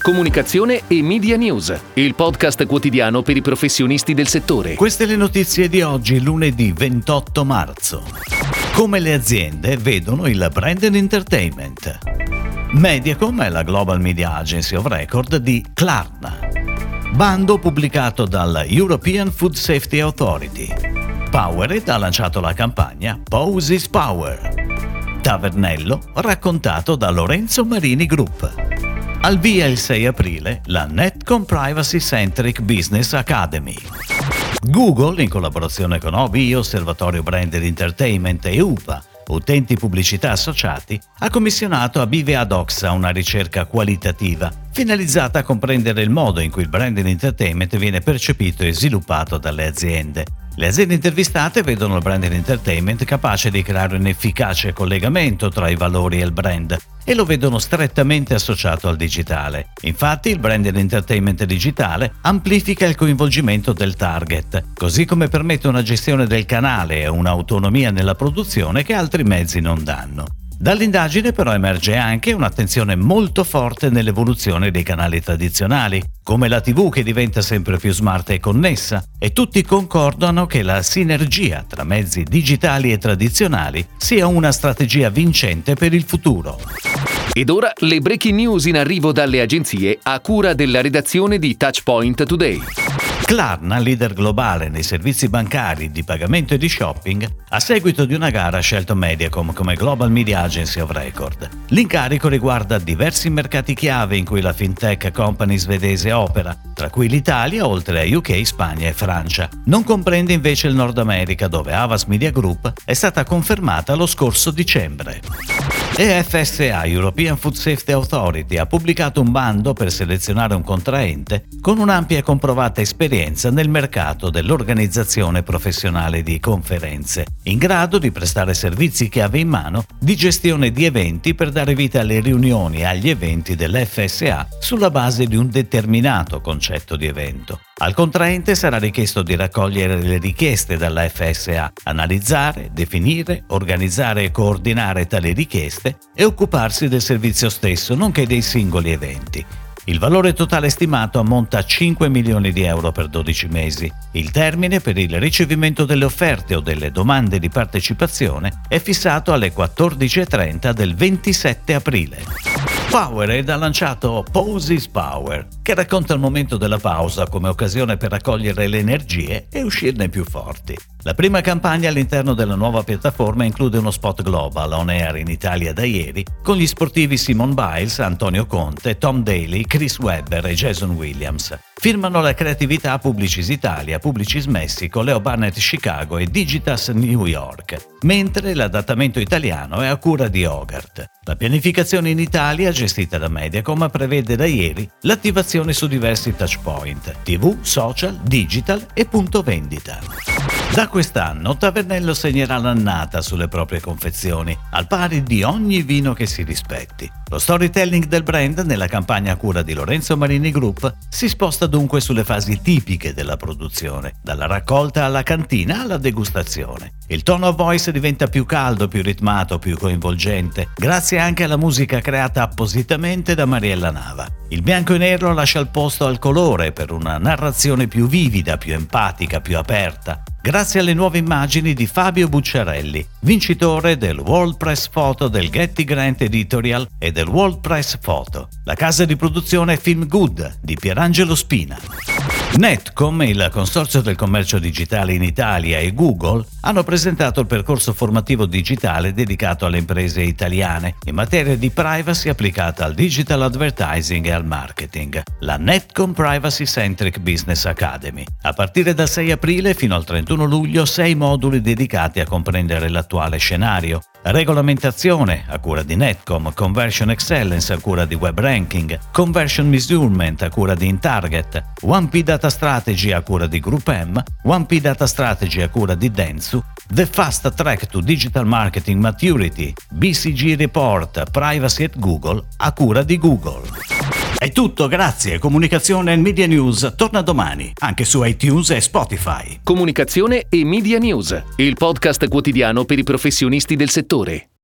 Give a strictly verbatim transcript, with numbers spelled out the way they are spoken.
Comunicazione e Media News, il podcast quotidiano per i professionisti del settore. Queste le notizie di oggi, lunedì ventotto marzo. Come le aziende vedono il brand and entertainment. Mediacom è la Global Media Agency of Record di Klarna. Bando pubblicato dalla European Food Safety Authority. Powered ha lanciato la campagna Pause is Power. Tavernello raccontato da Lorenzo Marini Group. Al via il sei aprile la Netcom Privacy Centric Business Academy. Google, in collaborazione con O B I, Osservatorio Brand and Entertainment e U P A, utenti pubblicità associati, ha commissionato a Bivea Doxa una ricerca qualitativa finalizzata a comprendere il modo in cui il brand and entertainment viene percepito e sviluppato dalle aziende. Le aziende intervistate vedono il brand and entertainment capace di creare un efficace collegamento tra i valori e il brand e lo vedono strettamente associato al digitale. Infatti, il brand and entertainment digitale amplifica il coinvolgimento del target, così come permette una gestione del canale e un'autonomia nella produzione che altri mezzi non danno. Dall'indagine però emerge anche un'attenzione molto forte nell'evoluzione dei canali tradizionali, come la tivù che diventa sempre più smart e connessa, e tutti concordano che la sinergia tra mezzi digitali e tradizionali sia una strategia vincente per il futuro. Ed ora le breaking news in arrivo dalle agenzie a cura della redazione di Touchpoint Today. Klarna, leader globale nei servizi bancari, di pagamento e di shopping, a seguito di una gara ha scelto Mediacom come Global Media Agency of Record. L'incarico riguarda diversi mercati chiave in cui la fintech company svedese opera, tra cui l'Italia, oltre a U K, Spagna e Francia. Non comprende invece il Nord America, dove Havas Media Group è stata confermata lo scorso dicembre. E F S A, European Food Safety Authority, ha pubblicato un bando per selezionare un contraente con un'ampia e comprovata esperienza nel mercato dell'organizzazione professionale di conferenze, in grado di prestare servizi chiave in mano di gestione di eventi per dare vita alle riunioni e agli eventi dell'F S A sulla base di un determinato concetto di evento. Al contraente sarà richiesto di raccogliere le richieste dalla F S A, analizzare, definire, organizzare e coordinare tali richieste e occuparsi del servizio stesso, nonché dei singoli eventi. Il valore totale stimato ammonta a cinque milioni di euro per dodici mesi. Il termine per il ricevimento delle offerte o delle domande di partecipazione è fissato alle quattordici e trenta del ventisette aprile. Powered ha lanciato Pause is Power, che racconta il momento della pausa come occasione per raccogliere le energie e uscirne più forti. La prima campagna all'interno della nuova piattaforma include uno spot global on air in Italia da ieri con gli sportivi Simone Biles, Antonio Conte, Tom Daly, Chris Webber e Jason Williams. Firmano la creatività Publicis Italia, Publicis Messico, Leo Burnett Chicago e Digitas New York, mentre l'adattamento italiano è a cura di Hogarth. La pianificazione in Italia, gestita da Mediacom, prevede da ieri l'attivazione su diversi touchpoint, tivù, social, digital e punto vendita. Da quest'anno Tavernello segnerà l'annata sulle proprie confezioni, al pari di ogni vino che si rispetti. Lo storytelling del brand nella campagna a cura di Lorenzo Marini Group si sposta dunque sulle fasi tipiche della produzione, dalla raccolta alla cantina alla degustazione. Il tone of voice diventa più caldo, più ritmato, più coinvolgente, grazie anche alla musica creata appositamente da Mariella Nava. Il bianco e nero lascia il posto al colore per una narrazione più vivida, più empatica, più aperta, grazie alle nuove immagini di Fabio Bucciarelli, vincitore del World Press Photo del Getty Grant Editorial e del World Press Photo. La casa di produzione è Film Good di Pierangelo Spina. Netcom, il consorzio del commercio digitale in Italia, e Google hanno presentato il percorso formativo digitale dedicato alle imprese italiane in materia di privacy applicata al digital advertising e al marketing, la Netcom Privacy Centric Business Academy. A partire dal sei aprile fino al trentuno luglio, sei moduli dedicati a comprendere l'attuale scenario. Regolamentazione a cura di Netcom, Conversion Excellence a cura di Web Ranking, Conversion Measurement a cura di InTarget, one P Data Strategy a cura di Group M, one P Data Strategy a cura di Dentsu, The Fast Track to Digital Marketing Maturity, B C G Report Privacy at Google a cura di Google. È tutto, grazie. Comunicazione e Media News torna domani, anche su iTunes e Spotify. Comunicazione e Media News, il podcast quotidiano per i professionisti del settore.